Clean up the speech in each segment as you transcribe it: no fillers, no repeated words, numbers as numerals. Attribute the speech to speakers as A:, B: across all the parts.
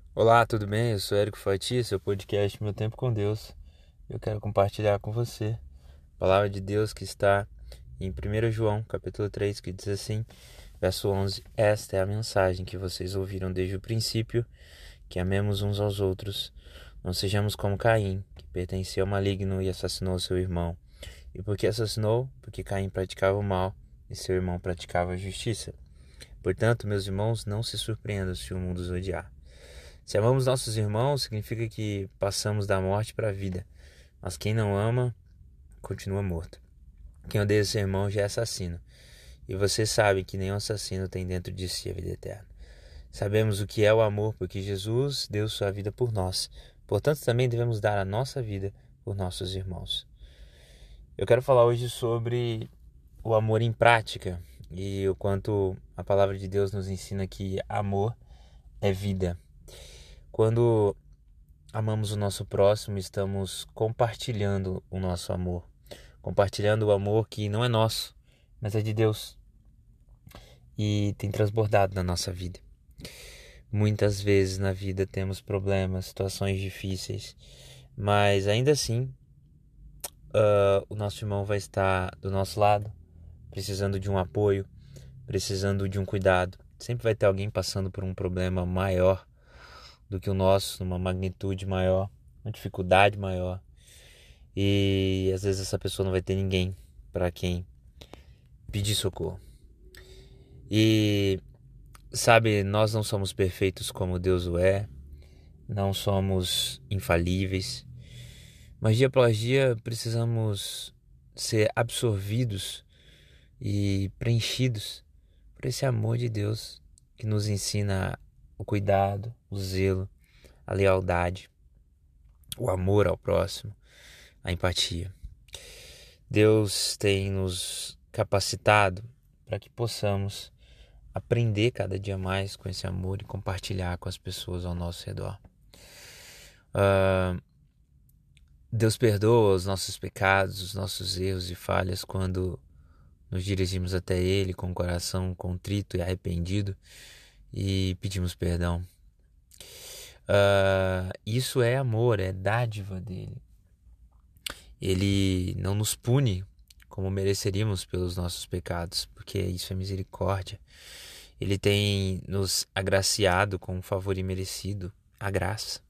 A: Olá, tudo bem? Eu sou Érico Fatia, seu podcast Meu Tempo com Deus. Eu quero compartilhar com você a palavra de Deus que está em 1 João, capítulo 3, que diz assim, verso 11: Esta é a mensagem que vocês ouviram desde o princípio, que amemos uns aos outros. Não sejamos como Caim, que pertencia ao maligno e assassinou seu irmão. E por que assassinou? Porque Caim praticava o mal e seu irmão praticava a justiça. Portanto, meus irmãos, não se surpreendam se o mundo os odiar. Se amamos nossos irmãos, significa que passamos da morte para a vida. Mas quem não ama, continua morto. Quem odeia seu irmão já é assassino. E você sabe que nenhum assassino tem dentro de si a vida eterna. Sabemos o que é o amor, porque Jesus deu sua vida por nós. Portanto, também devemos dar a nossa vida por nossos irmãos. Eu quero falar hoje sobre o amor em prática e o quanto a palavra de Deus nos ensina que amor é vida. Quando amamos o nosso próximo, estamos compartilhando o nosso amor. Compartilhando o amor que não é nosso, mas é de Deus. E tem transbordado na nossa vida. Muitas vezes na vida temos problemas, situações difíceis, mas ainda assim, o nosso irmão vai estar do nosso lado, precisando de um apoio, precisando de um cuidado. Sempre vai ter alguém passando por um problema maior do que o nosso, numa magnitude maior, uma dificuldade maior. E às vezes essa pessoa não vai ter ninguém para quem pedir socorro. E sabe, nós não somos perfeitos como Deus o é, não somos infalíveis, mas dia após dia precisamos ser absorvidos e preenchidos por esse amor de Deus que nos ensina o cuidado, o zelo, a lealdade, o amor ao próximo, a empatia. Deus tem nos capacitado para que possamos aprender cada dia mais com esse amor e compartilhar com as pessoas ao nosso redor. Deus perdoa os nossos pecados, os nossos erros e falhas quando nos dirigimos até Ele com o coração contrito e arrependido e pedimos perdão. Isso é amor, é dádiva dele. Ele não nos pune como mereceríamos pelos nossos pecados, porque isso é misericórdia. Ele tem nos agraciado com um favor imerecido, a graça.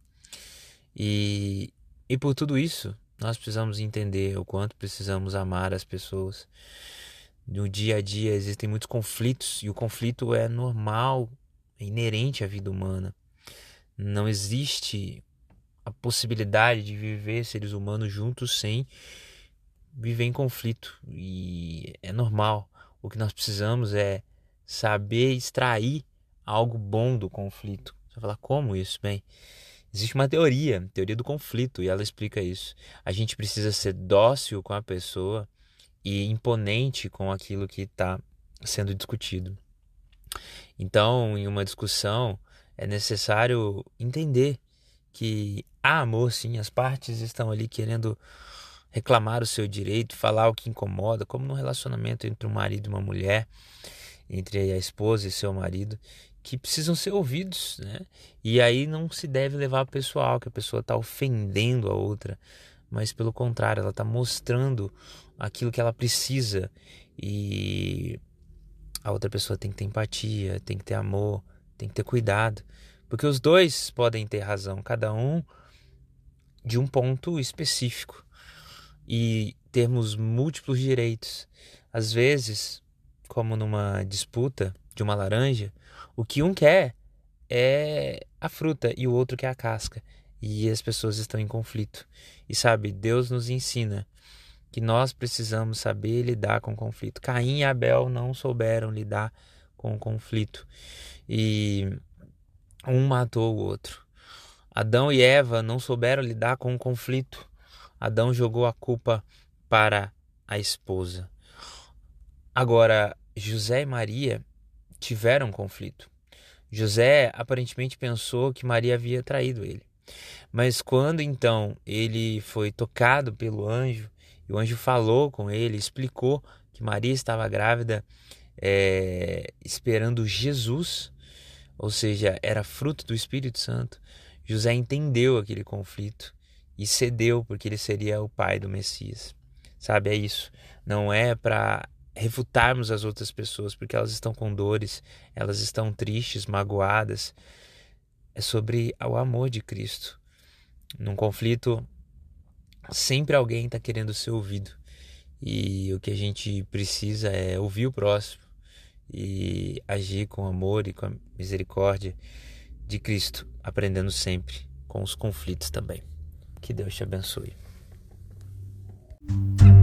A: E por tudo isso, nós precisamos entender o quanto precisamos amar as pessoas. No dia a dia existem muitos conflitos, e o conflito é normal, é inerente à vida humana. Não existe a possibilidade de viver seres humanos juntos sem viver em conflito, e é normal. O que nós precisamos é saber extrair algo bom do conflito. Você vai falar, como isso? Bem, existe uma teoria do conflito, e ela explica isso. A gente precisa ser dócil com a pessoa e imponente com aquilo que está sendo discutido. Então, em uma discussão, é necessário entender que há amor, sim, as partes estão ali querendo reclamar o seu direito, falar o que incomoda, como no relacionamento entre um marido e uma mulher, entre a esposa e seu marido, que precisam ser ouvidos, né? E aí não se deve levar pessoal, que a pessoa está ofendendo a outra, mas pelo contrário, ela está mostrando aquilo que ela precisa, e a outra pessoa tem que ter empatia, tem que ter amor, tem que ter cuidado, porque os dois podem ter razão, cada um de um ponto específico, e termos múltiplos direitos. Às vezes, como numa disputa de uma laranja, o que um quer é a fruta e o outro quer a casca. E as pessoas estão em conflito. E sabe, Deus nos ensina que nós precisamos saber lidar com o conflito. Caim e Abel não souberam lidar com o conflito. E um matou o outro. Adão e Eva não souberam lidar com o conflito. Adão jogou a culpa para a esposa. Agora, José e Maria tiveram um conflito. José aparentemente pensou que Maria havia traído ele. Mas quando então ele foi tocado pelo anjo, e o anjo falou com ele, explicou que Maria estava grávida, esperando Jesus, ou seja, era fruto do Espírito Santo, José entendeu aquele conflito e cedeu porque ele seria o pai do Messias. Sabe, é isso. Não é para refutarmos as outras pessoas porque elas estão com dores, elas estão tristes, magoadas. É sobre o amor de Cristo. Num conflito, sempre alguém está querendo ser ouvido. E o que a gente precisa é ouvir o próximo e agir com amor e com a misericórdia de Cristo, aprendendo sempre com os conflitos também. Que Deus te abençoe.